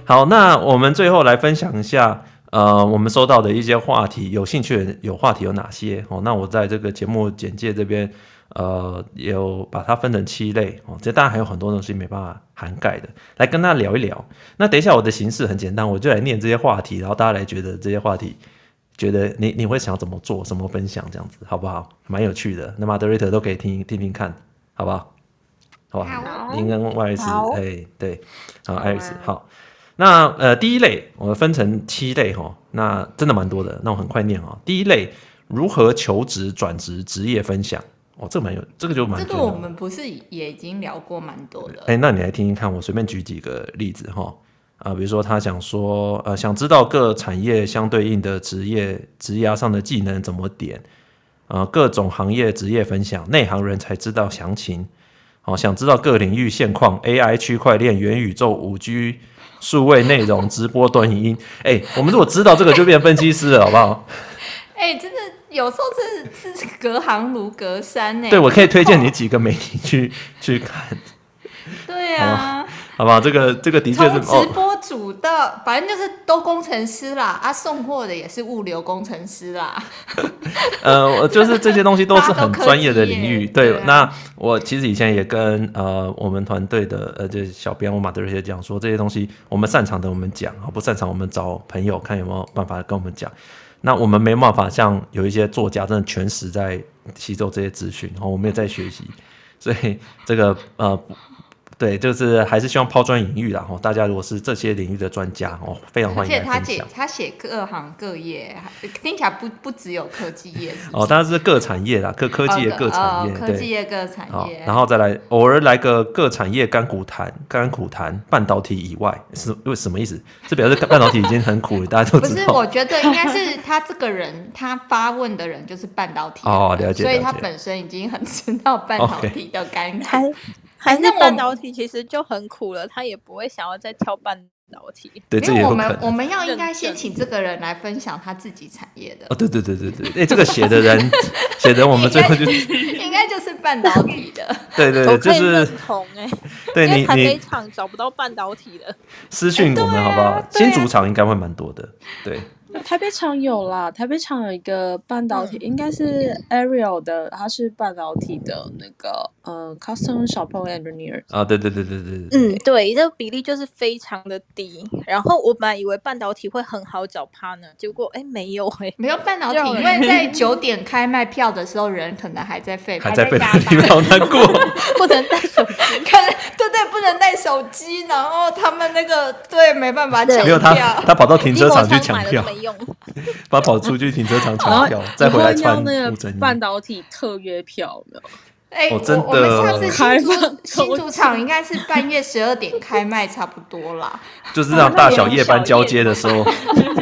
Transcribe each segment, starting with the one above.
好，那我们最后来分享一下，我们收到的一些话题，有兴趣的有话题有哪些？那我在这个节目简介这边，有把它分成7类，这当然还有很多东西没办法涵盖的，来跟大家聊一聊。那等一下我的形式很简单，我就来念这些话题，然后大家来觉得这些话题，觉得你会想怎么做，什么分享这样子，好不好？蛮有趣的，那 moderator 都可以听听看，好不好？好吧，您跟外事，对，好，艾瑞斯，好。那第一类我们分成7类哈，那真的蛮多的，那我很快念哈。第一类如何求职转职职业分享这个就蛮多的。 这个我们不是也已经聊过蛮多的。 那你来听听看，我随便举几个例子哈。比如说他想说想知道各产业相对应的职涯上的技能怎么点各种行业职业分享，内行人才知道详情。想知道各领域现况 ，AI 区块链、元宇宙、5G。数位内容、直播、短影音，我们如果知道这个就变分析师了，好不好？ 真的有时候是隔行如隔山对，我可以推荐你几个媒体去看。 对啊， 好不好？这个的确是从直播主到，反正就是都工程师啦，送货的也是物流工程师啦。 就是这些东西都是很专业的领域。对， 啊、 那我其实以前也跟我们团队的就是小编我马德瑞讲说，这些东西我们擅长的我们讲，不擅长我们找朋友看有没有办法跟我们讲。那我们没办法像有一些作家真的全时在吸收这些资讯，我们也在学习，所以这个对，就是还是希望抛砖引玉啦。大家如果是这些领域的专家，非常欢迎来分享。 而且他写各行各业，听起来不只有科技业是不是当然是各产业啦，科技业各产业， 科技业各产业。 然后再来偶尔来个各产业甘苦谈，半导体以外是什么意思？这表示半导体已经很苦了，大家都知道。 不是，我觉得应该是他这个人，他发问的人就是半导体了解， 所以他本身已经很知道半导体的甘苦。 还是半导体其实就很苦了，他也不会想要再挑半导体。 对，这也有可能。 我们要应该先请这个人来分享他自己产业的。 对，这个写的人我们最后就应该就是半导体的。 对，就是认同对，因为台北厂找不到半导体的， 私讯我们好不好？新竹厂应该会蛮多的，对。 台北厂有啦，台北厂有一个半导体，应该是 Ariel 的，他是半导体的那个Custom Support Engineer 对。 对，这个比例就是非常的低。然后我本来以为半导体会很好找 partner， 结果没有没有半导体，因为在9点开卖票的时候，人可能还在废票，好难过， 不能带手机， 对，不能带手机，然后他们那个没办法抢票， 没有他跑到停车场去抢票。把跑出去停车场抢票，再回来穿那个半导体特约票，有没有？ 真的， 我们下次新竹场应该是半夜12点开卖，差不多啦。 就是让大小夜班交接的时候，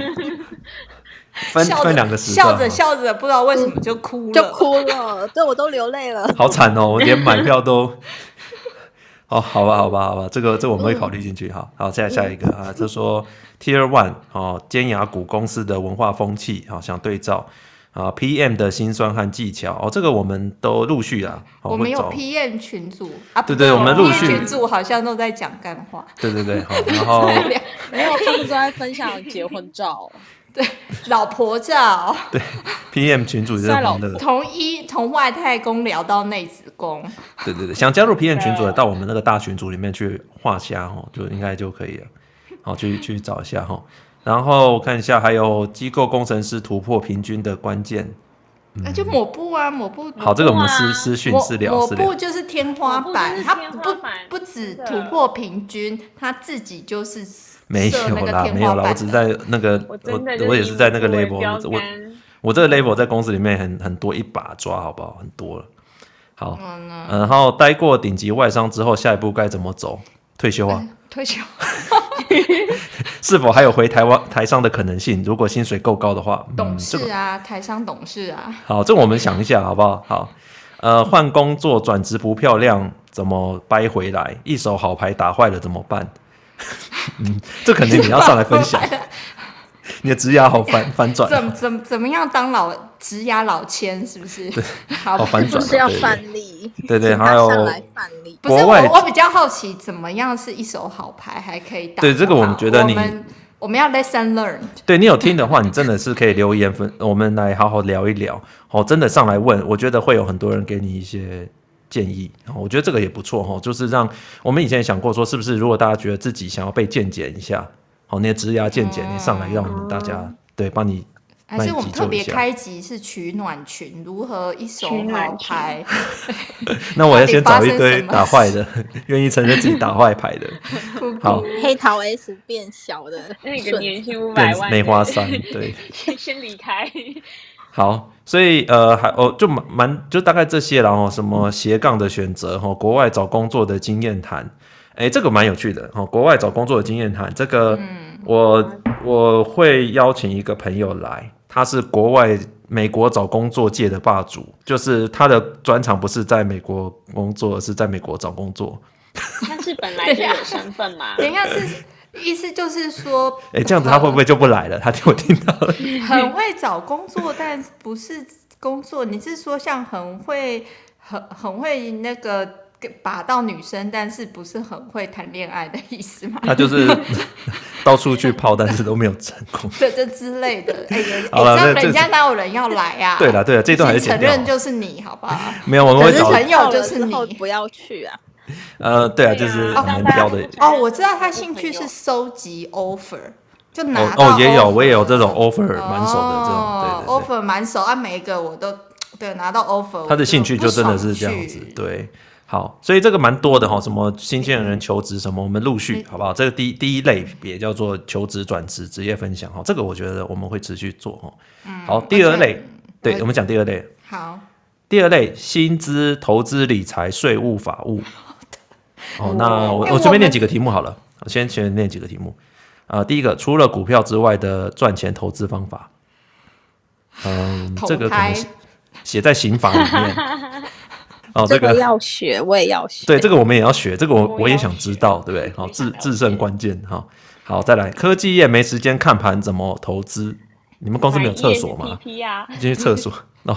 分2个时段， 笑着不知道为什么就哭了，对，我都流泪了， 好惨哦，我连买票都。好吧，这个我们会考虑进去。好，下一个啊，他说 Tier 1尖牙股公司的文化风气想对照PM 的辛酸和技巧这个我们都陆续啦。 我们有 PM 群组对，我们陆续群组好像都在讲干话。 对，然后没有，他们都在分享结婚照。 对，老婆照。 对 ，PM 群组真的很热， 从外太空聊到内子宫。 对，想加入 PM 群组的，到我们那个大群组里面去画虾就应该就可以了。好，去找一下然后看一下，还有机构工程师突破平均的关键。 就抹布啊，抹布。 好，这个我们私讯私聊。 抹布就是天花板，它不止突破平均，它自己就是。 没有啦，我只在那个我也是在那个 level， 我这个 level 在公司里面很多一把抓，好不好？很多了。好，然后待过顶级外商之后，下一步该怎么走？退休啊？ 退休。 是否还有回台商的可能性？如果薪水够高的话， 董事啊，台商董事啊。 好，这我们想一下，好不好？好，换工作转职不漂亮，怎么掰回来？一手好牌打坏了怎么办？这肯定你要上来分享。 你的职涯好反转， 怎么样当职涯老千是不是？ 好反转， 就是要范例， 对， 请他还有上来范例。 不是国外我比较好奇，怎么样是一手好牌还可以打？ 对这个我们觉得我们要 lesson learn。 对你有听的话，你真的是可以留言我们来好好聊一聊。真的上来问，我觉得会有很多人给你一些建议。我觉得这个也不错，就是让我们以前也想过说，是不是如果大家觉得自己想要被健检一下，你的职涯健检，你上来让我们大家对帮你。 还是我们特别开集是取暖群，如何一手好牌？ 那我要先找一堆打坏的，愿意承认自己打坏牌的。好， 黑桃 S 变小的那个年薪500万， 梅花三，对， 先离开。 好，所以就大概这些啦，什么斜杠的选择，国外找工作的经验谈，这个蛮有趣的，国外找工作的经验谈，这个我会邀请一个朋友来。他是美国找工作界的霸主，就是他的专长不是在美国工作，而是在美国找工作。 他是本来就有身份吗？ 等一下意思就是说， 这样子他会不会就不来了？我听到了， 很会找工作，但不是工作。你是说像很会那个把到女生，但是不是很会谈恋爱的意思吗？ 他就是到处去泡，但是都没有成功， 这之类的。 好了， 这样人家哪有人要来啊？ 对了，这段还是承认就是你，好不好？ 没有，我们会找朋友就是你， 不要去啊。 对啊，就是我们挑的。 我知道他兴趣是收集 offer， 就拿到 offer。也有，我也有这种 offer 满手的这种，对 offer 满手啊，每一个我都对拿到 offer。 他的兴趣就真的是这样子，对。好，所以这个蛮多的什么新鲜人求职什么，我们陆续好不好？这个第一类别叫做求职转职职业分享，这个我觉得我们会持续做。好，第二类，对，我们讲第二类。 好， 第二类薪资、投资、理财、税务、法务。那我随便念几个题目好了，我先念几个题目。第一个，除了股票之外的赚钱投资方法。这个可能写在刑法里面。 这个要学，我也要学。 对，这个我们也要学，这个我也想知道，对不对？好，制胜关键。好，再来，科技业没时间看盘，怎么投资？你们公司没有厕所吗？进去厕所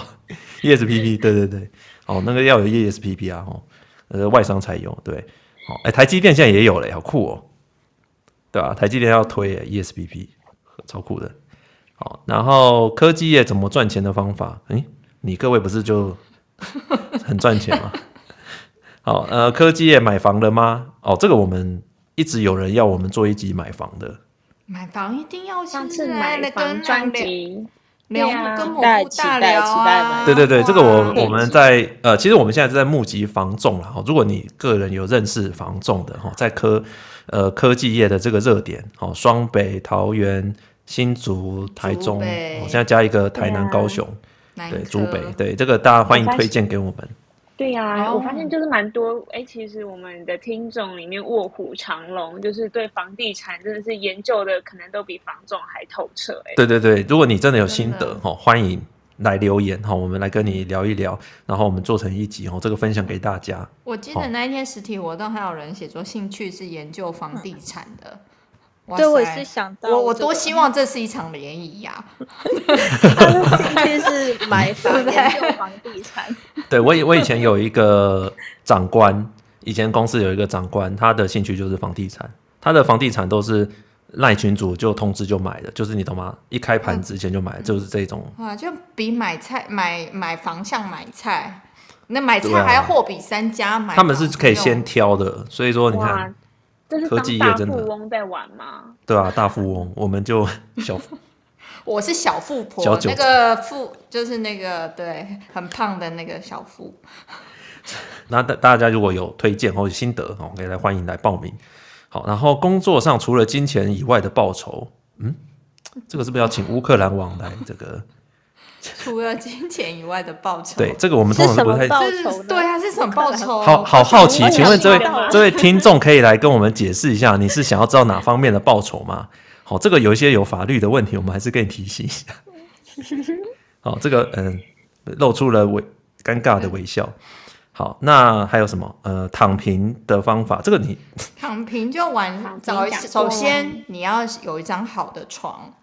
ESPP， 对，那个要有 ESPP 啊，外商才有，对。台积电现在也有了，好酷对啊，台积电要推ESPP， 超酷的。好，然后科技业怎么赚钱的方法？你各位不是就很赚钱吗？好，科技业买房了吗？这个我们一直有人要我们做一集买房的。 买房一定要上次买房专辑聊跟蘑菇大聊啊。 对，这个我们在其实我们现在在募集房仲啦。如果你个人有认识房仲的在科技业的这个热点，双北、桃园、新竹、台中，现在加一个台南、高雄。对，竹北，对，这个大家欢迎推荐给我们。 对啊，我发现就是蛮多其实我们的听众里面卧虎藏龙，就是对房地产真的是研究的可能都比房仲还透彻。 对，如果你真的有心得欢迎来留言我们来跟你聊一聊，然后我们做成一集这个分享给大家。 我记得那一天实体活动还有人写说兴趣是研究房地产的。 对，我也是想到我多希望这是一场联谊呀！ 他的兴趣是买房、研究房地产。 对，我以前有一个长官，以前公司有一个长官，他的兴趣就是房地产，他的房地产都是赖群主就通知就买的，就是你懂吗？一开盘之前就买，就是这种。 哇，就比买菜买房像买菜，那买菜还要货比三家买。 他们是可以先挑的，所以说你看。 这是当大富翁在玩吗？ 对啊，大富翁，我们就小我是小富婆，那个富就是那个对很胖的那个小富。 那大家如果有推荐或者心得可以来欢迎来报名。好，然后工作上除了金钱以外的报酬，这个是不是要请乌克兰王来这个？ 除了金钱以外的报酬， 对这个我们通常都不太对啊，是什么报酬？ 好奇，请问这位听众可以来跟我们解释一下，你是想要知道哪方面的报酬吗？好，这个有一些有法律的问题，我们还是跟你提醒一下。好，这个露出了尴尬的微笑。好，那还有什么？躺平的方法，这个你躺平就首先你要有一张好的床。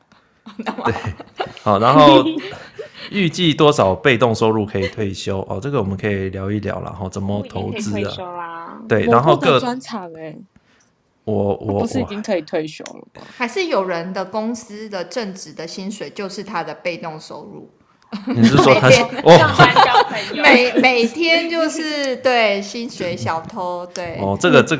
对，好，然后预计多少被动收入可以退休？哦，这个我们可以聊一聊啦，然后怎么投资退休啦。 对，然后各专场我不是已经可以退休了吗？ 还是有人的公司的正职的薪水就是他的被动收入？ 你是说他上班交朋友， 每天就是对薪水小偷，对哦，这个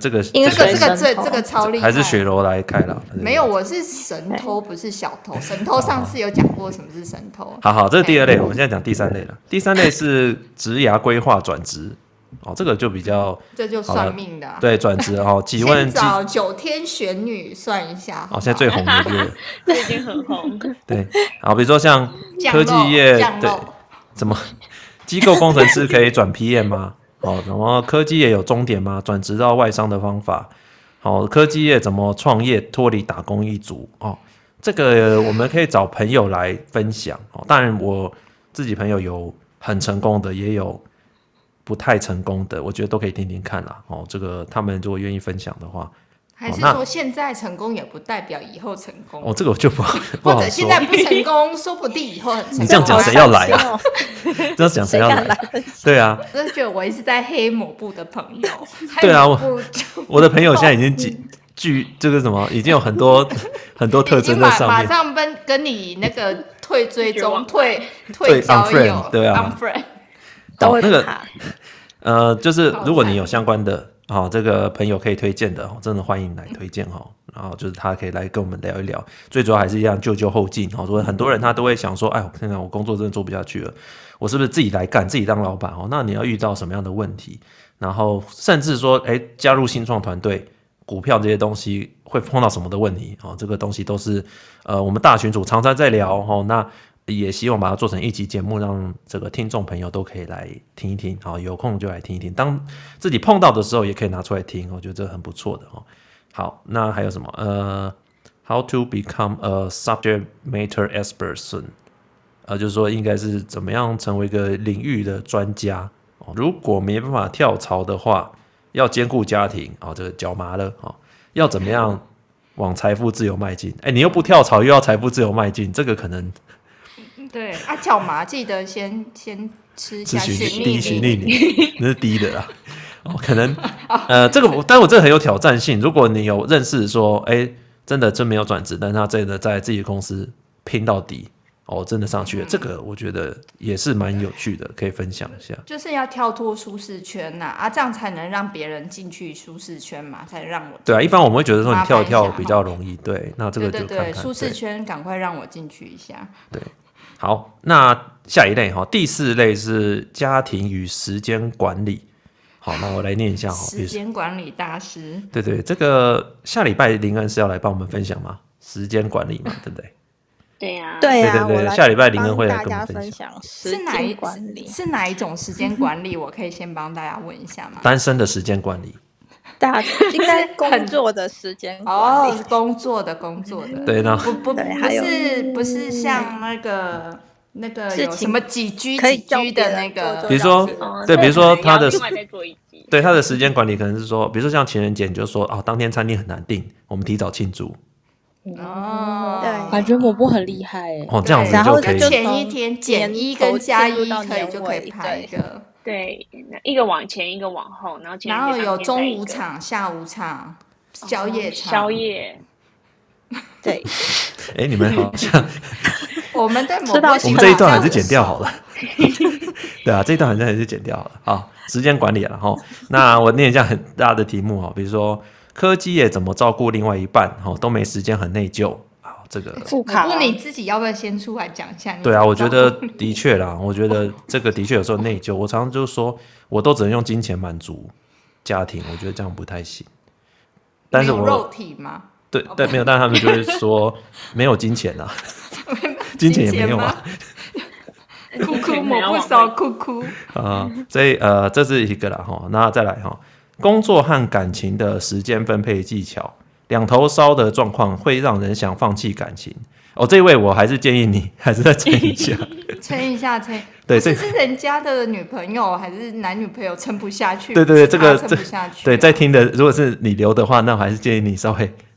超厉害， 还是雪柔来开了？ 没有，我是神偷，不是小偷。神偷上次有讲过什么是神偷。 好，这是第2类，我们现在讲第3类了。第3类是职涯规划转职。哦，这个就比较， 这就算命的、 对，转职哦，几问先找9天玄女算一下。 哦，现在最红的就是这已经很红。 对，好，比如说像科技业，对，怎么机构工程师可以转 PM 吗？哦，然后科技业有终点吗？转职到外商的方法。好，科技业怎么创业脱离打工一族？哦，这个我们可以找朋友来分享。哦，当然我自己朋友有很成功的，也有不太成功的，我觉得都可以听听看啦。哦，这个他们如果愿意分享的话， 还是说现在成功也不代表以后成功？ 哦，这个我就不好说。 或者现在不成功，说不定以后很成功。 你这样讲谁要来啊？这样讲谁要来？对啊， 我就觉得我一直在黑某部的朋友。 对啊，我的朋友现在已经这个什么，已经有很多特征在上面， 马上跟你那个退追踪、退交友， 对啊。 都会就是如果你有相关的这个朋友可以推荐的真的欢迎来推荐然后就是他可以来跟我们聊一聊，最主要还是一样救后劲所以很多人他都会想说，哎，我看看我工作真的做不下去了，我是不是自己来干，自己当老板那你要遇到什么样的问题，然后甚至说加入新创团队，股票这些东西会碰到什么的问题这个东西都是我们大群组常常在聊那也希望把它做成一集节目，让这个听众朋友都可以来听一听，有空就来听一听，当自己碰到的时候也可以拿出来听，我觉得这很不错的好，那还有什么How to become a subject matter expert 就是说应该是怎么样成为一个领域的专家如果没办法跳槽的话，要兼顾家庭这个脚麻了要怎么样往财富自由迈进？你又不跳槽又要财富自由迈进，这个可能。 对脚麻记得先吃一下循利宁，那是低的啦。可能这个，但我这个很有挑战性。如果你有认识说，真的真没有转职，但是他真的在自己的公司拼到底，真的上去了，这个我觉得也是蛮有趣的，可以分享一下。 就是要跳脱舒适圈这样才能让别人进去舒适圈嘛，才能让我对啊。一般我们会觉得说你跳一跳比较容易，对，那这个就看看对舒适圈，赶快让我进去一下。 对。好，那下一类第4类是家庭与时间管理。好，那我来念一下时间管理大师。 对，这个下礼拜林恩是要来帮我们分享吗？时间管理嘛，对不对？ 对啊， 对，下礼拜林恩会来跟我们分享时间管理是哪一种时间管理？我可以先帮大家问一下吗？ 单身的时间管理。 应该工作的时间管理工作的对呢， 不是像那个有什么几居的那个， 比如说对，比如说他的对他的时间管理可能是说，比如说像情人节，你就说当天餐厅很难订，我们提早庆祝。 对， 感觉某部很厉害这样子就可以前一天减1跟加1就可以排一个。 对，一个往前，一个往后，然后有中午场、下午场、宵夜场。 宵夜， 对。 你们好像我们这一段还是剪掉好了。对啊，这一段还是剪掉好了。好，时间管理了那我念一下很大的题目比如说科技业怎么照顾另外一半都没时间，很内疚。这个不过你自己要不要先出来讲一下？ 对啊，我觉得的确啦，我觉得这个的确有时候内疚。我常常就说，我都只能用金钱满足家庭，我觉得这样不太行。但是有肉体吗？ 对，没有，但他们就会说没有金钱啊，金钱也没有啊。 哭哭抹不少哭哭所以这是一个啦那再来工作和感情的时间分配技巧。两头烧的状况会让人想放弃感情这一位我还是建议你还是再撑一下对， 这是人家的女朋友还是男女朋友撑不下去？ 对，这个撑不下去。 对，在听的如果是你留的话，那我还是建议你稍微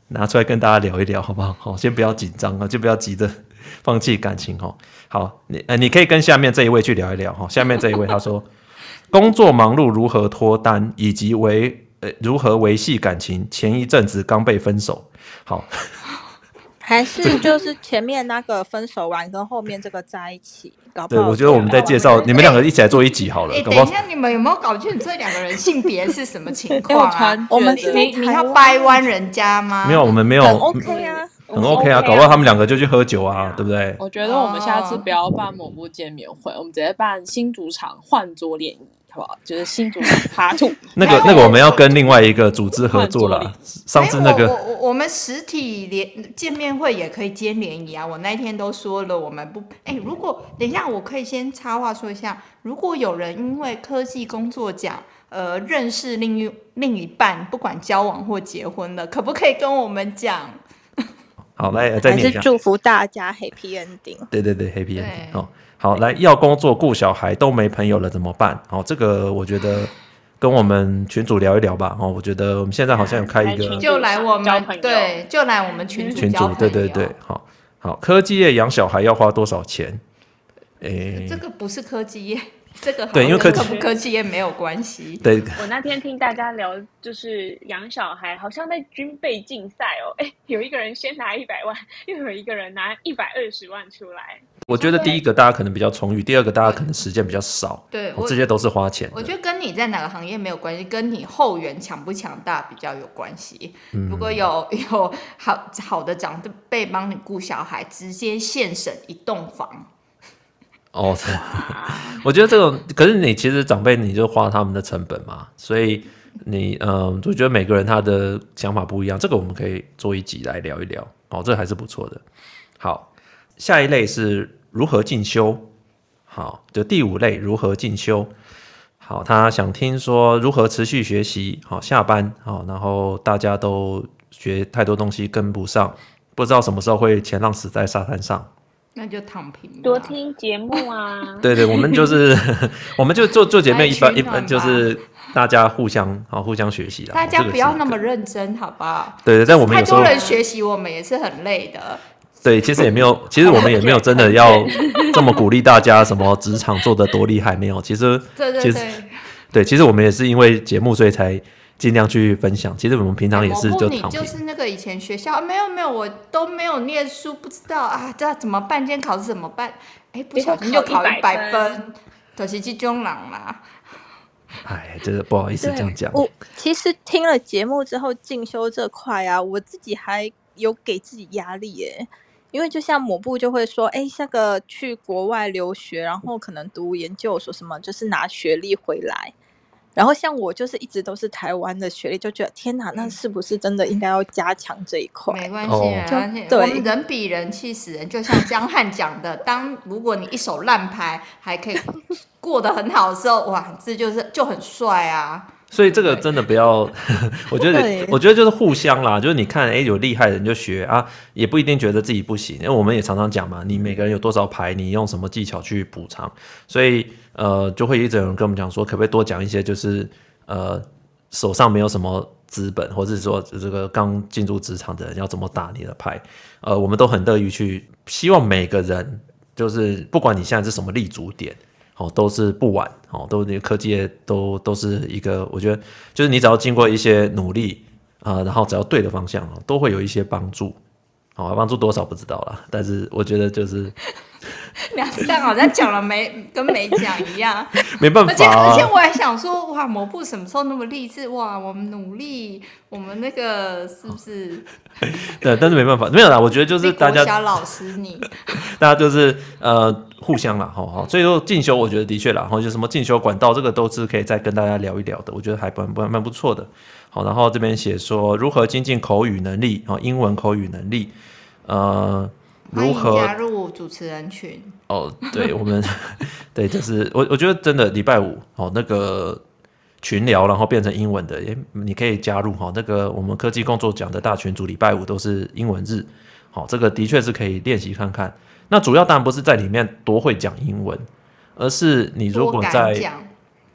拿出来跟大家聊一聊，好不好？好，先不要紧张啊，就不要急着放弃感情哦。好，你可以跟下面这一位去聊一聊哈。下面这一位他说，工作忙碌如何脱单，以及如何维系感情，前一阵子刚被分手。好。 还是就是前面那个分手完跟后面这个在一起，搞不好。 对，我觉得我们在介绍你们两个一起来做一集好了。 等一下，你们有没有搞清楚这两个人性别是什么情况啊？ 我们是你要掰弯人家吗？ 没有，我们没有。 很 OK 啊， 很 OK 啊，搞不好他们两个就去喝酒啊，对不对？ 我觉得我们下次不要办某部见面会，我们直接办新主场换桌联谊。好不好？就是新主插图那个我们要跟另外一个组织合作了。上次那个我们实体见面会也可以兼联谊啊。我那天都说了，我们不如果等一下我可以先插话说一下，如果有人因为科技工作奖认识另一半，不管交往或结婚了，可不可以跟我们讲？ 好，来再念一下。 还是祝福大家 Happy Ending。 对 Happy Ending 哦。好，来要工作顾小孩都没朋友了怎么办？好，这个我觉得跟我们群组聊一聊吧。我觉得我们现在好像有开一个， 就来我们对，就来我们群组交朋友。 对，好，科技业养小孩要花多少钱？ 这个不是科技业。这个对，因为科技业没有关系。 对， 我那天听大家聊，就是养小孩，好像在军备竞赛哦。有一个人先拿100万，又有一个人拿120万出来。 我觉得第一个大家可能比较充裕，第二个大家可能时间比较少。 对， 这些都是花钱的。 我觉得跟你在哪个行业没有关系，跟你后援强不强大比较有关系。如果有好的长辈帮你顾小孩，直接现省一栋房。 哦，我觉得这种，可是你其实长辈你就花他们的成本嘛，所以我觉得每个人他的想法不一样，这个我们可以做一集来聊一聊，这还是不错的。好，下一类是如何进修，好，就第5类如何进修。好，他想听说如何持续学习，好，下班，好，然后大家都学太多东西跟不上，不知道什么时候会前浪死在沙滩上。 那就躺平， 多听节目啊！ 对，我们就是我们就做姐妹一般就是大家互相学习啦。 大家不要那么认真，好不好？ 对，但我们有时候太多人学习，我们也是很累的。 对，其实我们也没有真的要这么鼓励大家什么职场做得多厉害，没有。其实其实我们也是因为节目所以才尽量去分享。其实我们平常也是就躺平。 你就是那个以前学校没有，我都没有念书，不知道啊，这怎么办？今天考试怎么办？不小心就考100分，就是这种人啦。 这个不好意思这样讲。 我其实听了节目之后，进修这块啊，我自己还有给自己压力耶。因为就像某部就会说，那个去国外留学，然后可能读研究所什么，就是拿学历回来。然后像我就是一直都是台湾的学历，就觉得天哪，那是不是真的应该要加强这一块？ 没关系，我们人比人气死人，就像江汉讲的，如果你一手烂牌还可以过得很好的时候，哇，这就很帅啊。 所以这个真的不要，我觉得就是互相啦，就是你看，有厉害的人就学啊，也不一定觉得自己不行，因为我们也常常讲嘛，你每个人有多少牌，你用什么技巧去补偿，所以就会一直有人跟我们讲说，可不可以多讲一些，就是手上没有什么资本，或者是说这个刚进入职场的人要怎么打你的牌，我们都很乐意去，希望每个人就是不管你现在是什么立足点。都是不晚，都科技业都是一个，我觉得就是你只要经过一些努力然后只要对的方向都会有一些帮助，帮助多少不知道啦，但是我觉得就是两次好像讲了跟没讲一样， 没办法而且我还想说，哇，某部什么时候那么励志？哇，我们努力，我们那个是不是？ 对，但是没办法，没有啦。我觉得就是大家， 小老师大家就是互相啦，所以说进修，我觉得的确啦，就什么进修管道，这个都是可以再跟大家聊一聊的，我觉得还蛮不错的。好，然后这边写说如何精进口语能力，英文口语能力，如何加入主持人群？ 对，我们对，就是我觉得真的礼拜五那个群聊，然后变成英文的，你可以加入那个我们科技工作奖的大群组，礼拜五都是英文日，这个的确是可以练习看看。那主要当然不是在里面多会讲英文，而是你如果在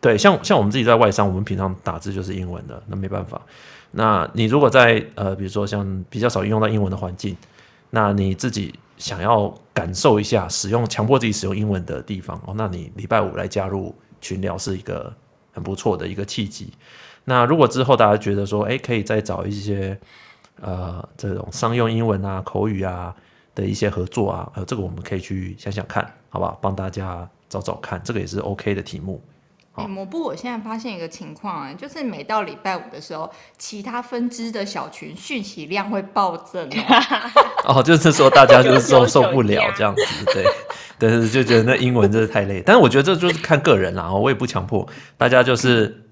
对，像我们自己在外商，我们平常打字就是英文的，那没办法。那你如果在比如说像比较少运用到英文的环境，那你自己想要感受一下强迫自己使用英文的地方那你礼拜五来加入群聊是一个很不错的一个契机。那如果之后大家觉得说，可以再找一些这种商用英文啊、口语啊的一些合作啊，这个我们可以去想想看，好不好？帮大家找找看，这个也是 OK 的题目。 某部我现在发现一个情况就是每到礼拜五的时候，其他分支的小群讯息量会暴增就是说大家就是受不了这样子，对，但是就觉得那英文真的太累。但是我觉得这就是看个人啦，我也不强迫大家，就是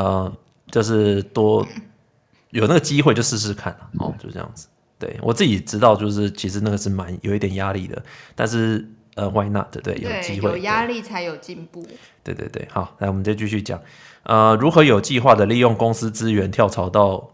多有那个机会就试试看就这样子。对，我自己知道，就是其实那个是有一点压力的，但是why not？ 对，有机会， 有压力才有进步。对， 好，来我们再继续讲，如何有计划的利用公司资源跳槽到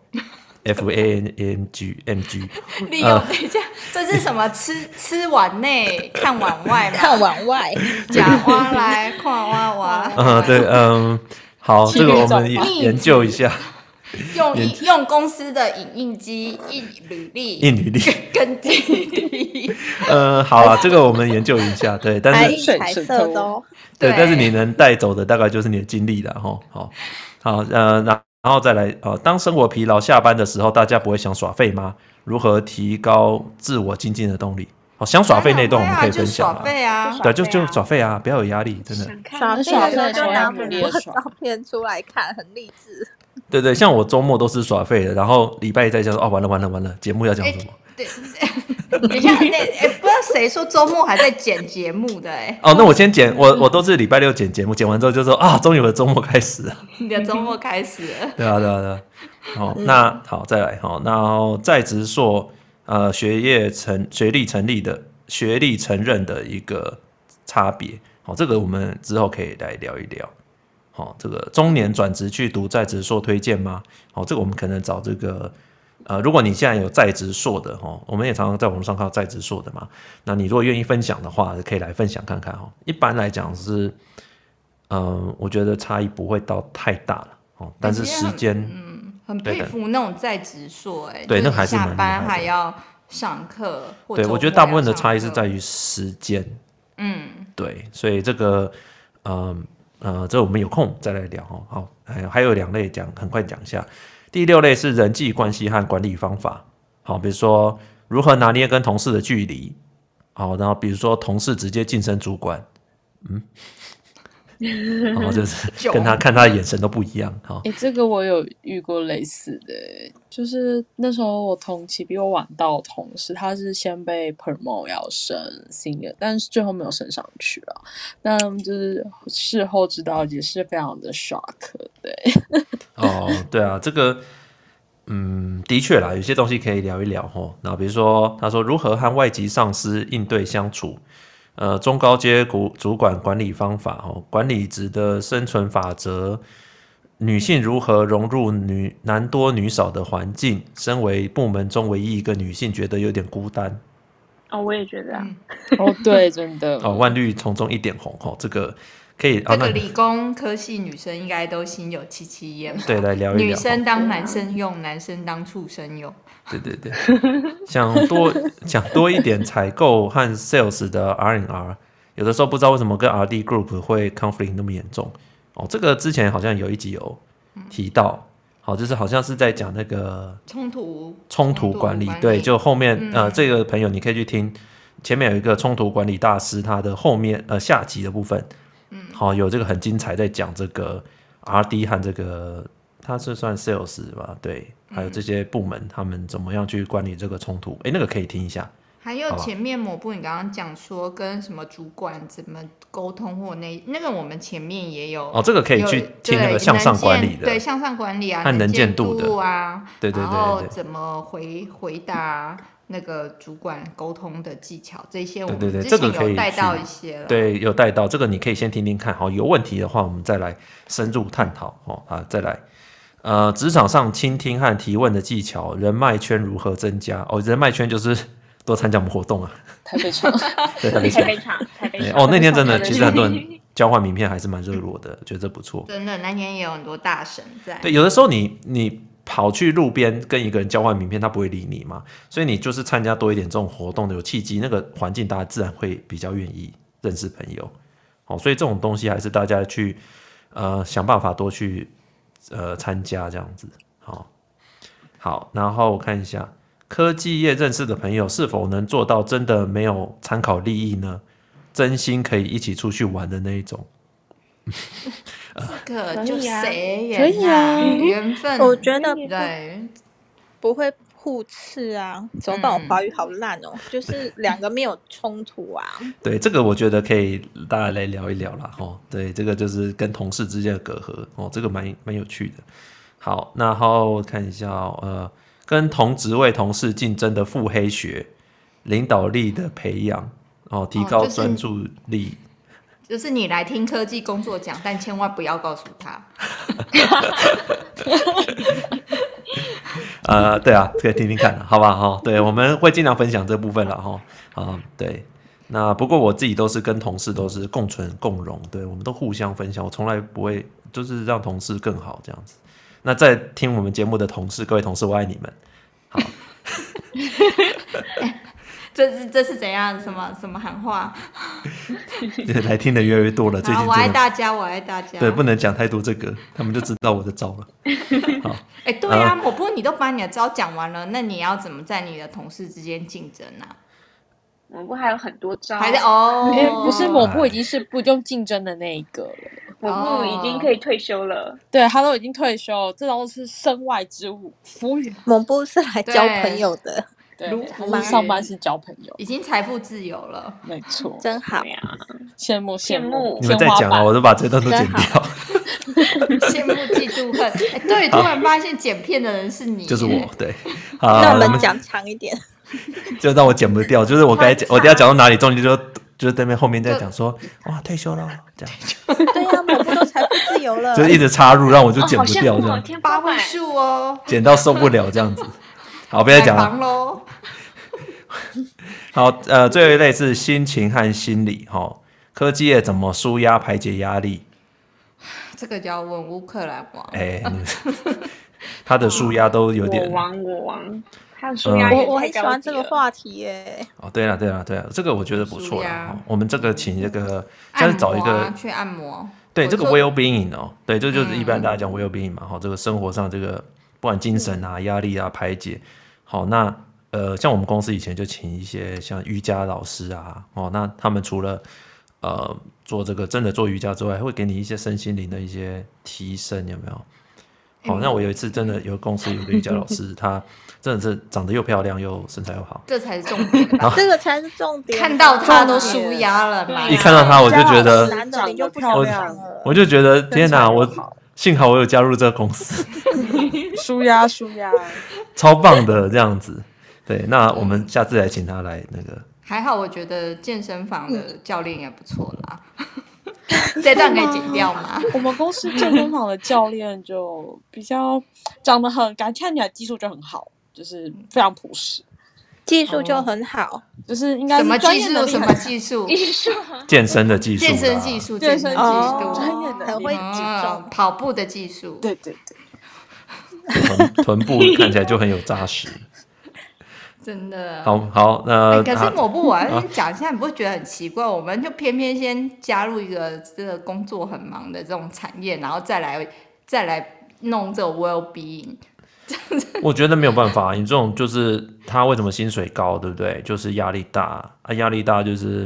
FANGMG 利用等一下，这是什么？吃碗内看碗外吗？ 看碗外， 假蛙来看蛙蛙。 对，好，这个我们研究一下。 用公司的影印机印履历跟履历。 好啦，这个我们研究一下。对，但是彩色的对，但是你能带走的大概就是你的精力了好，然后再来当生活疲劳下班的时候，大家不会想耍废吗？如何提高自我精进的动力？想耍废那段我们可以分享对，就耍废啊，不要有压力，真的。 耍废的时候就拿很多照片出来看，很励志。 对，像我周末都是耍废的，然后礼拜一在家说完了，节目要讲什么？ 对，等一下，不知道谁说周末还在剪节目的那我先剪，我都是礼拜六剪节目，剪完之后就说终于我的周末开始了。 你的周末开始了。 对啊。那好，再来然后在职硕学历承认的一个差别，这个我们之后可以来聊一聊。这个中年转职去读在职硕推荐吗？这个我们可能找这个如果你现在有在职硕的我们也常常在网络上看到在职硕的嘛，那你如果愿意分享的话，可以来分享看看一般来讲是我觉得差异不会到太大了但是时间很佩服那种在职硕对，那还是蛮厉害的， 下班还要上课， 对，我觉得大部分的差异是在于时间对，所以这个这我们有空再来聊好，还有2类很快讲一下。第6类是人际关系和管理方法，好，比如说如何拿捏跟同事的距离，好，然后比如说同事直接晋升主管，然后就是看他的眼神都不一样。 这个我有遇过类似的，就是那时候我同期比我晚到的同事，他是先被 promote 要升 senior， 但是最后没有升上去了。那就是事后知道也是非常的 shock， 对。 对啊，这个的确啦，有些东西可以聊一聊然后比如说他说如何和外籍上司应对相处。中高阶主管管理方法管理职的生存法则，女性如何融入男多女少的环境，身为部门中唯一一个女性觉得有点孤单。 我也觉得对，真的万绿丛中一点红这个可以这个理工科系女生应该都心有戚戚焉。 对，来聊一聊。 女生当男生用，男生当畜生用。 对，想多一点采购和 sales 的 R&R， 有的时候不知道为什么跟 RD group 会 conflict 那么严重这个之前好像有一集有提到，就是好像是在讲那个冲突管理，对，就后面这个朋友你可以去听前面有一个冲突管理大师他的后面下集的部分，有这个很精彩在讲这个 RD 和这个他是算 sales 吧，对，还有这些部门他们怎么样去管理这个冲突，那个可以听一下。 还有前面某部你刚刚讲说跟什么主管怎么沟通，或那个我们前面也有这个可以去听那个向上管理的， 对，向上管理和能见度的对， 然后怎么回答那个主管沟通的技巧，这些我们之前有带到一些了， 对，有带到，这个你可以先听听看，有问题的话我们再来深入探讨再来职场上倾听和提问的技巧，人脉圈如何增加人脉圈就是多参加我们活动啊， 台北场对，台北场那天真的其实很多人交换名片还是蛮热络的，觉得这不错。 真的，那天也有很多大神在。 对，有的时候你跑去路边跟一个人交换名片，他不会理你嘛，所以你就是参加多一点这种活动的有契机，那个环境大家自然会比较愿意认识朋友。好，所以这种东西还是大家去想办法多去参加这样子。好，然后我看一下科技业认识的朋友是否能做到真的没有参考利益呢？真心可以一起出去玩的那一种。 这个就谁可以啊缘分， 我觉得对， 不会互斥啊。怎么办？我华语好烂哦，就是两个没有冲突啊。 对，这个我觉得可以大家来聊一聊啦。对，这个就是跟同事之间的隔阂这个蛮有趣的。好，然后看一下跟同职位同事竞争的腹黑学，领导力的培养提高专注力。 就是你来听科技工作讲，但千万不要告诉他。 对啊，可以听听看，好吧？对，我们会尽量分享这部分了对。那不过我自己都是跟同事都是共存共荣，对，我们都互相分享，我从来不会就是让同事更好这样子。那在听我们节目的同事，各位同事，我爱你们。好。 这是怎样？什么喊话？ 来听的越来越多了，最近我爱大家，我爱大家。 对，不能讲太多这个，他们就知道我的招了。好， 对啊，抹布你都把你的招讲完了，那你要怎么在你的同事之间竞争啊？ 抹布还有很多招， 还在不是抹布已经是不用竞争的那一个了。 抹布已经可以退休了， 对，他都已经退休，这都是身外之物，服务员。 抹布是来交朋友的。 对，我们上班是交朋友， 已经财富自由了， 没错， 真好呀， 羡慕。 你们在讲啊，我就把这段都剪掉。 羡慕嫉妒恨。对，突然发现剪片的人是你， 就是我。对， 那我们讲长一点， 就让我剪不掉。就是我等一下讲到哪里，中间就是对面后面在讲说，哇，退休了这样。 对呀，抹布都财富自由了， 就一直插入，让我就剪不掉这样。 8位数哦， 剪到受不了这样子。好，不要再讲了。好，最后一类是心情和心理。科技业怎么抒压排解压力？ 这个就要问乌克兰王。 他的抒压都有点。 我王，他的抒压也太高级了。 我很喜欢这个话题耶。 对了，这个我觉得不错啦。我们这个请这个，下次找一个去按摩。 对，这个 well-being 对，这就是一般大家讲 well-being 嘛。这个生活上这个不管精神啊、压力啊排解。好，那像我们公司以前就請一些像瑜伽老师啊，那他们除了做这个真的做瑜伽之外，会给你一些身心灵的一些提升，有没有？好，那我有一次真的有公司有个瑜伽老师，他真的是长得又漂亮又身材又好， 这才是重点吧。 这个才是重点。 看到他都舒压了嘛， 一看到他我就觉得， 男的你就不漂亮了， 我就觉得天哪，幸好我有加入这个公司， 舒压， 超棒的这样子。对，那我们下次来请他来那个。 还好，我觉得健身房的教练也不错啦。这段可以剪掉吗？ 我们公司健身房的教练就比较长得很，看起来技术就很好，就是非常朴实， 技术就很好， 就是应该是专业的什么技术？ 健身的技术， 健身技术，专业的，很会举重， 跑步的技术， 对， 臀部看起来就很有扎实。 真的好， 可是抹布我要先讲一下，你不会觉得很奇怪？我们就偏偏先加入一个这个工作很忙的这种产业，然后再来弄这种 well-being。 我觉得没有办法，你这种就是他为什么薪水高，对不对？就是压力大啊，压力大就是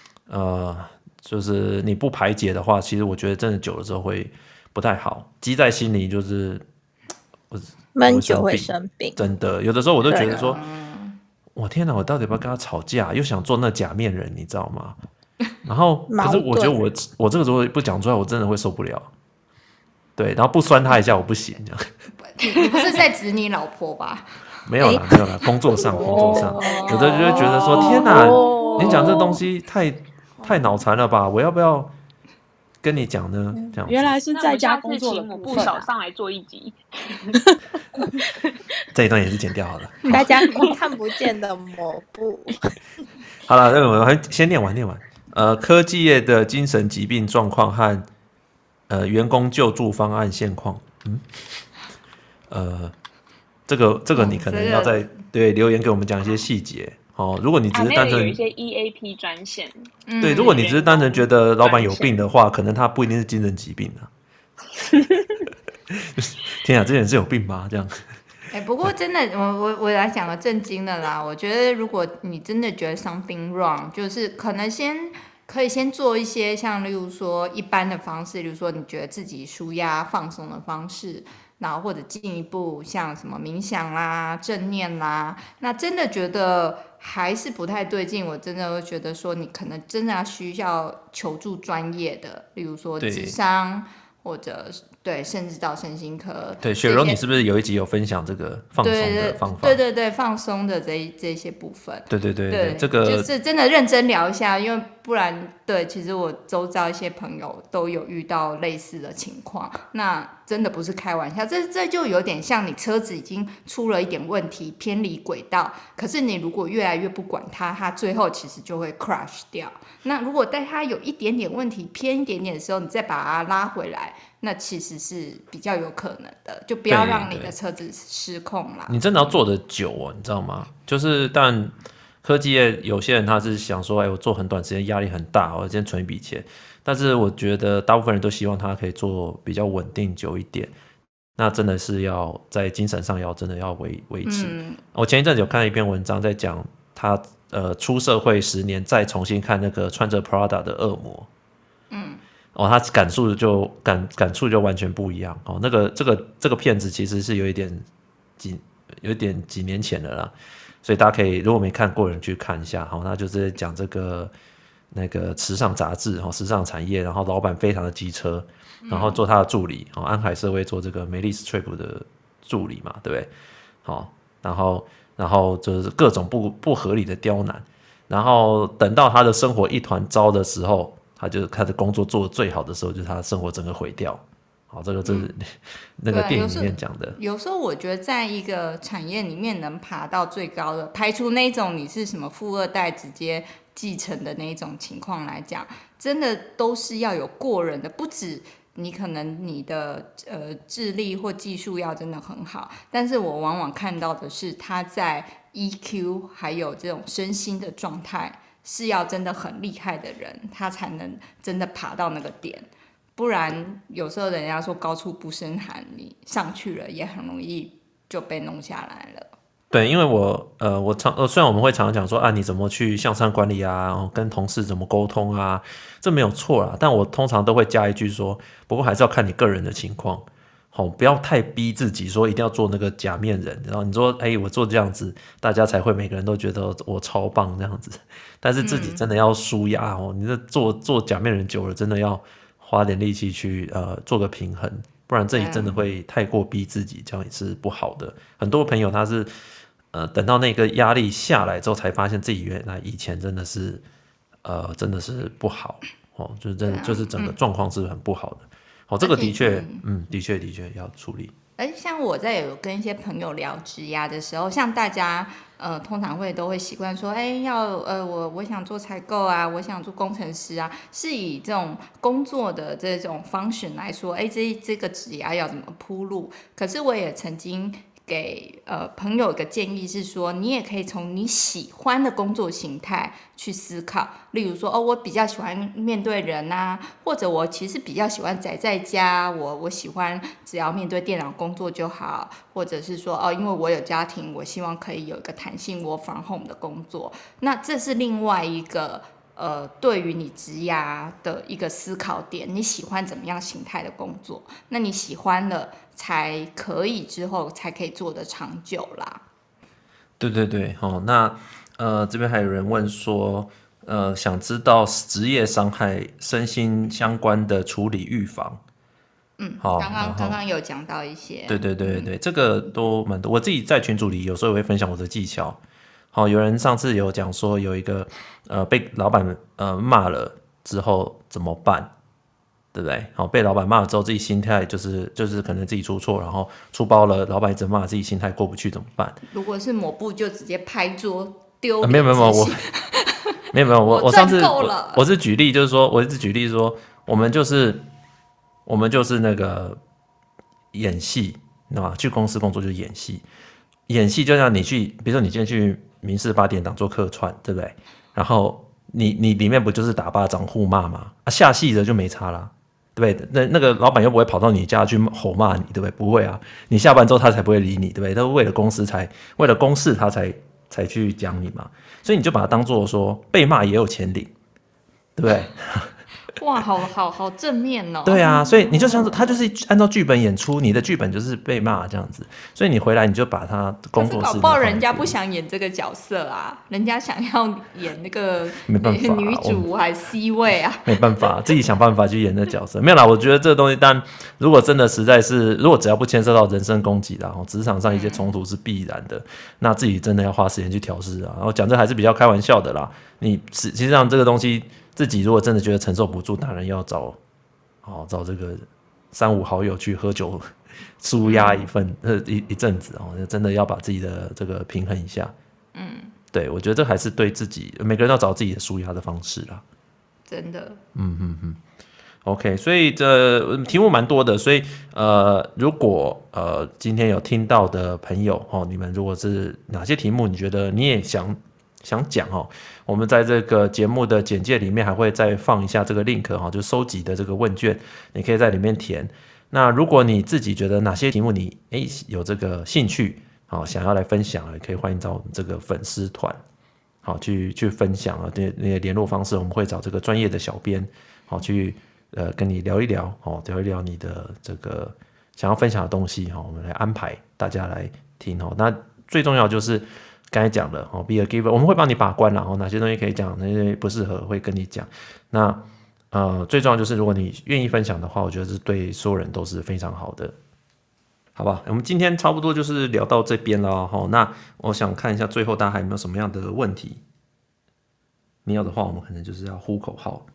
就是你不排解的话，其实我觉得真的久了之后会不太好，积在心里就是闷久会生病。 真的，有的时候我都觉得说。我天哪！我到底要不要跟他吵架？又想做那假面人，你知道吗？然后，可是我觉得我这个时候不讲出来，我真的会受不了。对，然后不酸他一下我不行，这样。你不是在指你老婆吧？ 没有啦，工作上，有的就会觉得说：天哪，你讲这东西太脑残了吧？我要不要跟你讲呢？这样。 原来是在家工作的部分，少上来做一集。 这一段也是剪掉好了， 大家看不见的抹布。 好了，我先念完。 科技业的精神疾病状况和员工救助方案现况。这个你可能要在对留言给我们讲一些细节。如果你只是单纯有一些 EAP 专线， 对，如果你只是单纯觉得老板有病的话，可能他不一定是精神疾病啊。天啊，这人是有病吗？这样。 不过真的，我来讲个正经的啦。我觉得如果你真的觉得 something wrong， 就是可能可以先做一些像例如说一般的方式，例如说你觉得自己抒压放松的方式，然后或者进一步像什么冥想啦、正念啦。那真的觉得还是不太对劲，我真的会觉得说你可能真的需要求助专业的，例如说諮商或者对，甚至到身心科。 对，雪柔，你是不是有一集有分享这个放松的方法？ 对，放松的这些部分。 对，这个就是真的认真聊一下，因为不然，对，其实我周遭一些朋友都有遇到类似的情况，那真的不是开玩笑，这就有点像你车子已经出了一点问题，偏离轨道，可是你如果越来越不管它最后其实就会 crash 掉。那如果在它有一点点问题，偏一点点的时候，你再把它拉回来，那其实是比较有可能的，就不要让你的车子失控啦。 你真的要做得久哦，你知道吗？就是但科技业有些人他是想说，我做很短时间压力很大，我今天存一笔钱。但是我觉得大部分人都希望他可以做比较稳定久一点，那真的是要在精神上真的要维持。我前一阵子有看到一篇文章在讲他出社会10年再重新看那个穿着 Prada 的恶魔。他感触就完全不一样。这个片子其实是有一点几年前的啦，所以大家可以如果没看过的人去看一下。那就是讲这个那个时尚杂志，时尚产业，然后老板非常的机车，然后做他的助理，安海瑟薇做这个梅丽史翠普的助理嘛，对不对？然后就是各种不合理的刁难，然后等到他的生活一团糟的时候，他的工作做得最好的时候，就是他的生活整个毁掉。这是那个电影里面讲的。 有时候我觉得在一个产业里面能爬到最高的，排除那种你是什么富二代直接继承的那种情况来讲，真的都是要有过人的，不止你可能你的智力或技术要真的很好，但是我往往看到的是他在 EQ 还有这种身心的状态是要真的很厉害的人，他才能真的爬到那个点。不然有时候人家说高处不胜寒，你上去了也很容易就被弄下来了。 对，因为虽然我们会常常讲说你怎么去向上管理啊，跟同事怎么沟通啊，这没有错啦，但我通常都会加一句说，不过还是要看你个人的情况。不要太逼自己说一定要做那个假面人，然后你说我做这样子大家才会每个人都觉得我超棒这样子，但是自己真的要抒压你这做假面人久了，真的要花点力气去做个平衡，不然这里真的会太过逼自己，这样也是不好的。很多朋友他是等到那个压力下来之后，才发现自己原来以前真的是不好就是真的就是整个状况是很不好的。这个的确要处理。 像我在有跟一些朋友聊职涯的时候，像大家通常都会习惯说，我想做采购啊，我想做工程师啊，是以这种工作的这种function来说，这个职涯要怎么铺路？可是我也曾经给朋友一个建议是说，你也可以从你喜欢的工作形态去思考，例如说我比较喜欢面对人啊，或者我其实比较喜欢宅在家，我喜欢只要面对电脑工作就好，或者是说因为我有家庭，我希望可以有一个弹性 work from home 的工作。那这是另外一个对于你职涯的一个思考点，你喜欢怎么样形态的工作？那你喜欢了才可以之后才可以做得长久啦。 对，那这边还有人问说，想知道职业伤害身心相关的处理预防。 刚刚有讲到一些。 对，这个都蛮多。我自己在群组里有时候也会分享我的技巧。有人上次有讲说有一个被老板骂了之后怎么办，对不对？被老板骂了之后，自己心态就是可能自己出错，然后出包了，老板一直骂，自己心态过不去怎么办？ 如果是抹布就直接拍桌丢。 没有， 没有，我上次赚够了我是举例，就是说，我一直举例说，我们就是那个演戏，对吧？去公司工作就是演戏，演戏就像你去，比如说你今天去民事8点档做客串，对不对？然后你里面不就是打巴掌互骂吗？啊，下戏的就没差啦。对不对？那个老板又不会跑到你家去吼骂你，对不对？不会啊，你下班之后他才不会理你，对不对？他是为了公事他才去讲你嘛，所以你就把它当做说被骂也有钱领，对不对？ 哇，好正面哦。 对啊，所以你就像是他就是按照剧本演出，你的剧本就是被骂这样子，所以你回来你就把他工作室。 可是搞不好人家不想演这个角色啊，人家想要演那个没办法女主还 C 位啊。 没办法，自己想办法去演那角色。没有啦，我觉得这个东西，但如果真的实在是，如果只要不牵涉到人身攻击啦，职场上一些冲突是必然的，那自己真的要花时间去调试啊。然后讲这还是比较开玩笑的啦，你实际上这个东西。自己如果真的觉得承受不住，当然要找这个3-5好友去喝酒舒压一阵子哦，真的要把自己的这个平衡一下。对，我觉得这还是对自己每个人要找自己的舒压的方式啦。 真的。 OK， 所以这题目蛮多的，所以如果今天有听到的朋友你们如果是哪些题目，你觉得你也想讲我们在这个节目的简介里面还会再放一下这个 link 就收集的这个问卷，你可以在里面填。那如果你自己觉得哪些题目你有这个兴趣想要来分享，也可以欢迎找我们这个粉丝团去分享那个联络方式，我们会找这个专业的小编去跟你聊一聊你的这个想要分享的东西我们来安排大家来听那最重要就是刚才讲的be a giver， 我们会帮你把关啦哪些东西可以讲，哪些不适合会跟你讲。那最重要就是如果你愿意分享的话，我觉得是对所有人都是非常好的，好吧？我们今天差不多就是聊到这边了那我想看一下最后大家还有没有什么样的问题，没有的话我们可能就是要呼口号。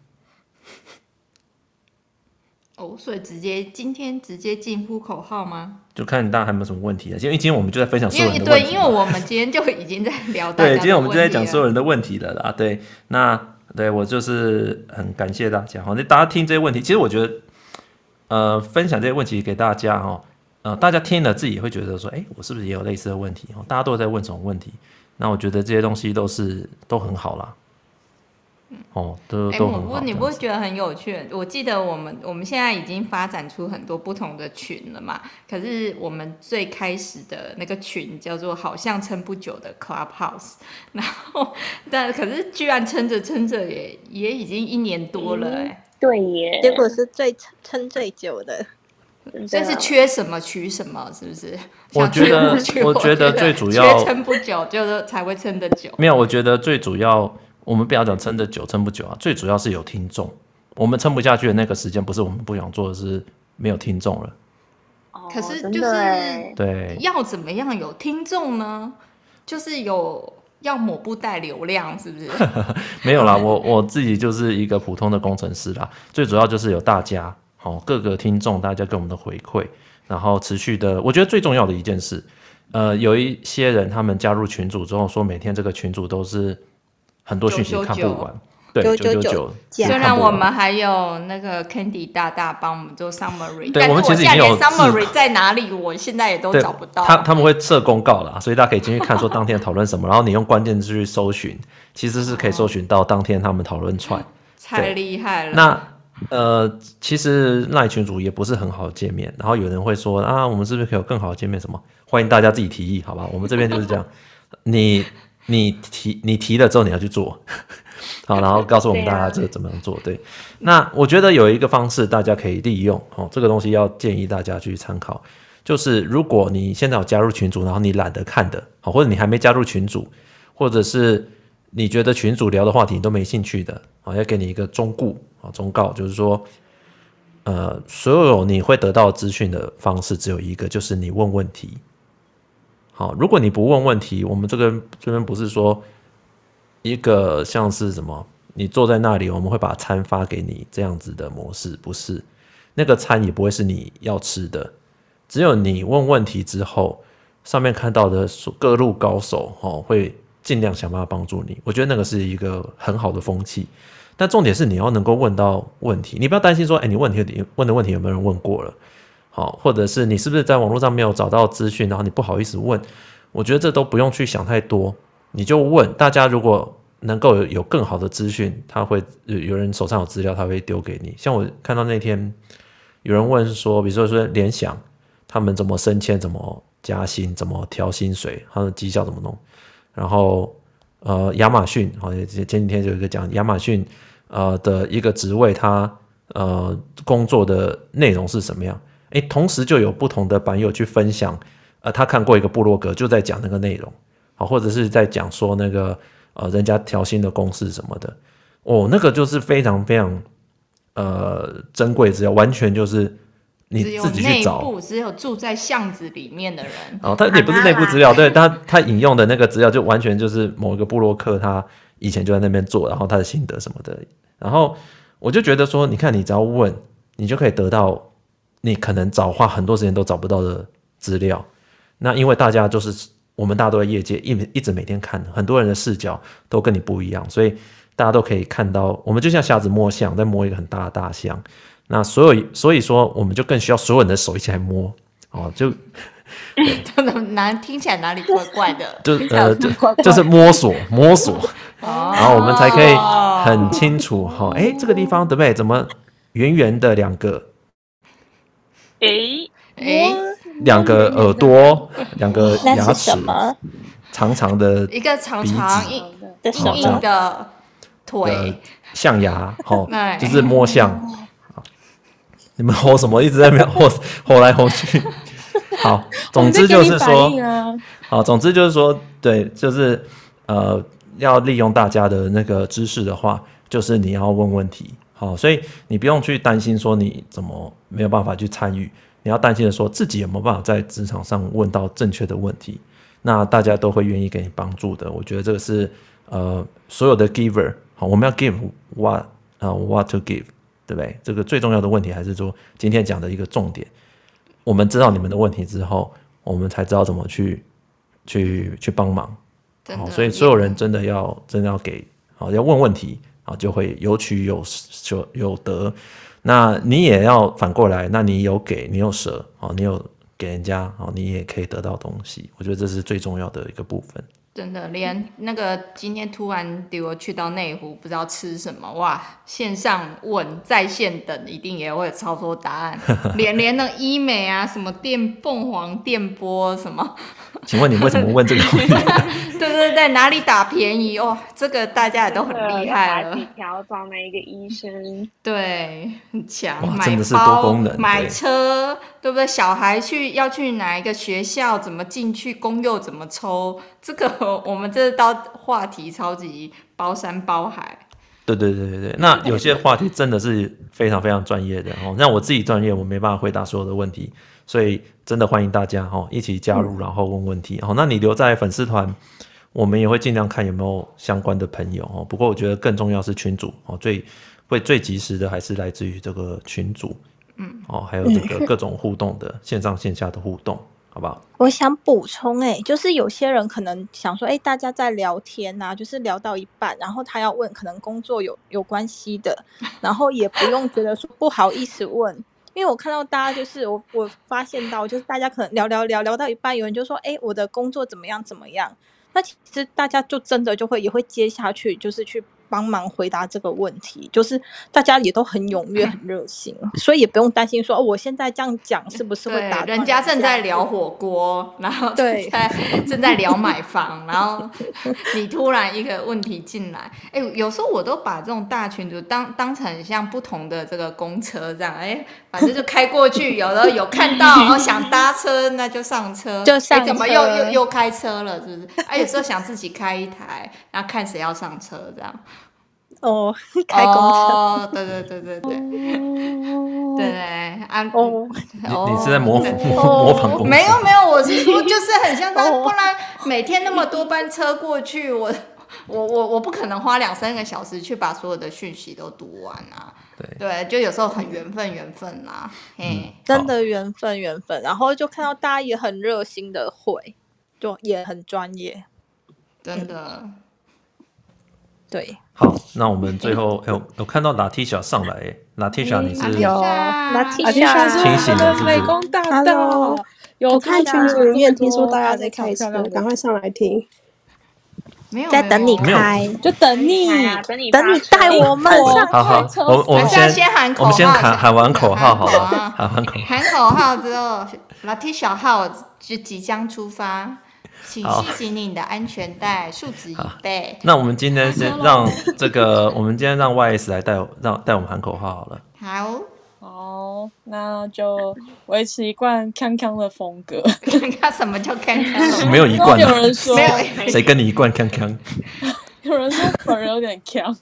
所以今天直接进呼口号吗？ 就看大家还有没有什么问题因为今天我们就在分享所有人的问题。 对，因为我们今天就已经在聊大家的问题了。对， 今天我们就在讲所有人的问题了啦。对，那对我就是很感谢大家大家听这些问题，其实我觉得分享这些问题给大家大家听了自己也会觉得说，我是不是也有类似的问题大家都在问什么问题？那我觉得这些东西都很好啦。都很好。 你不会觉得很有趣？我记得我们现在已经发展出很多不同的群了嘛。可是我们最开始的那个群叫做好像撑不久的 Clubhouse， 然后可是居然撑着也已经1年多了对耶， 结果是撑最久的。 这是缺什么取什么，是不是？ 我觉得最主要缺撑不久，就是才会撑得久。 没有，我觉得最主要。我们不要讲撑得久撑不久最主要是有听众。我们撑不下去的那个时间，不是我们不想做的，是没有听众了。 可是就是对，要怎么样有听众呢？就是要抹布带流量，是不是？ 没有啦，我自己就是一个普通的工程师啦。最主要就是有大家各个听众，大家给我们的回馈，然后持续的，我觉得最重要的一件事，有一些人他们加入群组之后，说每天这个群组都是。很多讯息看不完，对，999。 虽然我们还有那个 Candy 大大帮我们做 summary， 对，我们其实已经有 summary 在哪里，我现在也都找不到。 他们会设公告啦，所以大家可以进去看说当天讨论什么，然后你用关键字去搜寻，其实是可以搜寻到当天他们讨论串。 太厉害了。 那其实赖群组也不是很好的界面，然后有人会说我们是不是可以有更好的界面？什么？欢迎大家自己提议，好吧？我们这边就是这样，你提了之后你要去做好，然后告诉我们大家这怎么样做。对，那我觉得有一个方式大家可以利用这个东西要建议大家去参考，就是如果你现在有加入群组，然后你懒得看的或者你还没加入群组，或者是你觉得群组聊的话题你都没兴趣的要给你一个忠告，就是说所有你会得到资讯的方式只有一个，就是你问问题。好，如果你不问问题，我们这边不是说一个像是什么，你坐在那里，我们会把餐发给你这样子的模式，不是，那个餐也不会是你要吃的，只有你问问题之后，上面看到的各路高手会尽量想办法帮助你。我觉得那个是一个很好的风气。但重点是你要能够问到问题，你不要担心说，你问的问题有没有人问过了，好，或者是你是不是在网络上没有找到资讯，然后你不好意思问。我觉得这都不用去想太多，你就问。大家如果能够有更好的资讯，他会有人手上有资料，他会丢给你。像我看到那天有人问说，比如说联想他们怎么升迁，怎么加薪，怎么调薪水，他的绩效怎么弄。然后亚马逊，前几天就有一个讲亚马逊的一个职位，他工作的内容是什么样。同时就有不同的版友去分享，他看过一个部落格就在讲那个内容，或者是在讲说那个人家调薪的公式什么的，那个就是非常非常珍贵资料，完全就是你自己去找， 只有住在巷子里面的人， 他也不是内部资料，对，他引用的那个资料就完全就是某一个部落客他以前就在那边做，然后他的心得什么的，然后我就觉得说，你看你只要问，你就可以得到你可能花很多时间都找不到的资料。那因为大家我们大家都在业界一直每天看，很多人的视角都跟你不一样，所以大家都可以看到，我们就像瞎子摸象，在摸一个很大的大象。那所以说，我们就更需要所有人的手一起来摸，就听起来哪里怪怪的， 就是摸索，然后我们才可以很清楚，这个地方对不对？怎么圆圆的两个，两个耳朵，两个牙齿，长长的一个长长硬的腿， 象牙，就是摸象。你们吼什么？一直在那边吼来吼去。好，总之就是说，对，就是要利用大家的那个知识的话，就是你要问问题。好，所以你不用去担心说你怎么没有办法去参与，你要担心的说自己有没有办法在职场上问到正确的问题，那大家都会愿意给你帮助的。我觉得这个是所有的 giver， 好，我们要 give what to give， 对不对？这个最重要的问题还是说今天讲的一个重点，我们知道你们的问题之后，我们才知道怎么去帮忙。好，所以所有人真的要给，好，要问问题，好，就会有取有得。那你也要反过来，那你有给，你有舍，你有给人家，你也可以得到东西。我觉得这是最重要的一个部分。 真的，连那个今天突然丢我去到内湖，不知道吃什么，哇！线上问，在线等，一定也会有超多答案。连那医美啊，什么凤凰电波什么。 请问你为什么问这个问题？ 对，哪里打便宜哦？这个大家也都很厉害了。 打几条找哪一个医生？ 对，很强。 哇，真的是多功能。 买车，对不对？小孩要去哪一个学校，怎么进去，公幼怎么抽？这个我们这道话题超级包山包海。 对，那有些话题真的是非常非常专业的哦。那我自己专业，我没办法回答所有的问题，所以真的欢迎大家一起加入，然后问问题。那你留在粉丝团，我们也会尽量看有没有相关的朋友。不过我觉得更重要是群组，最及时的还是来自于这个群组，还有这个各种互动的线上线下的互动。好不好？ 我想补充就是有些人可能想说大家在聊天啊，就是聊到一半，然后他要问可能工作有关系的，然后也不用觉得说不好意思问，因为我看到大家就是我发现到就是大家可能聊到一半，有人就说我的工作怎么样，那其实大家就真的也会接下去，就是去帮忙回答这个问题，就是大家也都很踊跃很热心，所以也不用担心说我现在这样讲是不是会打断人家正在聊火锅，然后正在聊买房，然后你突然一个问题进来，有时候我都把这种大群组当成很像不同的这个公车这样，反正就开过去，有的有看到想搭车那就上车，怎么又开车了，是不是？有时候想自己开一台，然后看谁要上车这样。 开公车。 对。 你是在模仿公车？ 没有，我是说就是很像他，不然每天那么多班车过去，我不可能花2-3个小时去把所有的讯息都读完啊。对，就有时候很缘分啦。 真的缘分，然后就看到大家也很热心的会，就也很专业。 真的。 对， 好，那我们最后有看到 Latisha 上来，Latisha 你是有阿蒂 Latisha 莎是清醒的是不是美工大 Hello 道，有我看群组里面听说大家在开车，赶赶快上来听。 没有在等你没有开， 就等你， 等你等你带我们上好好，我们还是要先喊口号， 我们先喊完口号好了， 喊喊完口号。 喊口号之后，Latisha 号就即将出发，请好系紧你的安全带，竖直椅背。 那我们今天先让我们今天让 YS 来带我们喊口号好了。 好， 好，那就维持一贯康康的风格。 看什么叫看看没有一贯啊， 有人说没有谁跟你一贯康康？ 有人说本人有点强，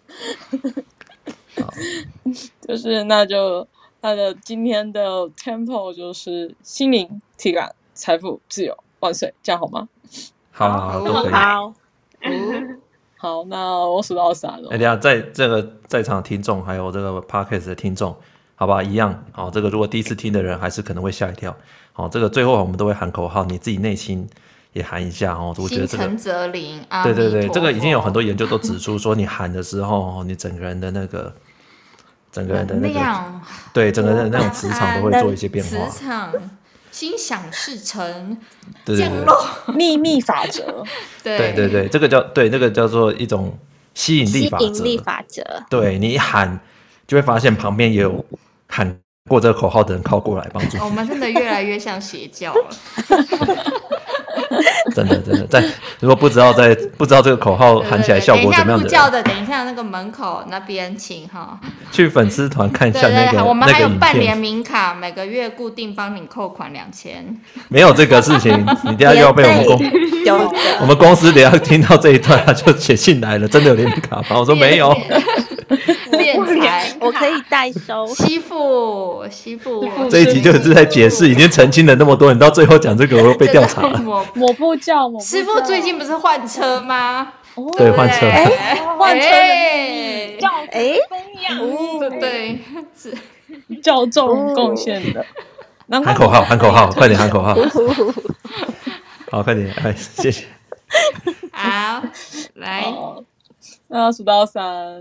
就是那的今天的 tempo 就是心灵、体感、财富、自由万岁，这样好吗？ 好，都可以。 好， 好，那我数到3了。 等一下，在场的听众还有这个 podcast 的听众，好吧，一样。好，这个如果第一次听的人还是可能会吓一跳。好，这个最后我们都会喊口号，你自己内心也喊一下哦。我觉得这个心诚则灵， 对对对， 阿弥陀佛这个已经有很多研究都指出说，你喊的时候，你整个人的那个能量， 对整个人的那种磁场都会做一些变化。 磁场心想事成， 对对对降落， 秘密法则， 对对对，这个叫做一种吸引力法则。 吸引力法则， 对你一喊，就会发现旁边也有喊过这个口号的人靠过来帮助。 我们真的越来越像邪教了。 真的，如果不知道这个口号喊起来效果怎么样的人， 等一下布教的，等一下那个门口那边请哈。 去粉丝团看一下那个我们还有办联那个影片。 名卡，每个月固定帮你扣款2000。 没有这个事情，你等一下又要被我们公司等一下听到这一段，他就写信来了，真的有联名卡吗？我说没有。 敛财， 我可以代收。 媳妇， 这一集就是在解释，已经澄清了那么多，你到最后讲这个，我又被调查了。 抹布教， 师傅最近不是换车吗？ 对，换车。 换车对，是教众贡献的。 喊口号，快点喊口号。好，快点，哎，谢谢。 好，来， 那数到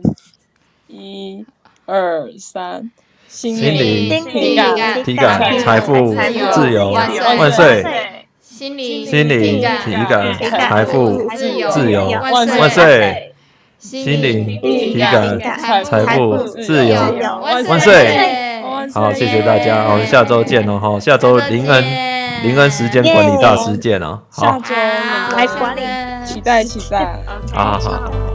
3，1、2、3，心灵、 体感、财富、自由，万岁！ 心灵、 体感、财富、自由，万岁！心灵、体感、财富、自由，万岁！好，谢谢大家，我们下周见哦，哈，下周林恩时间管理大师见哦，好， 下周来管理， 期待， 好。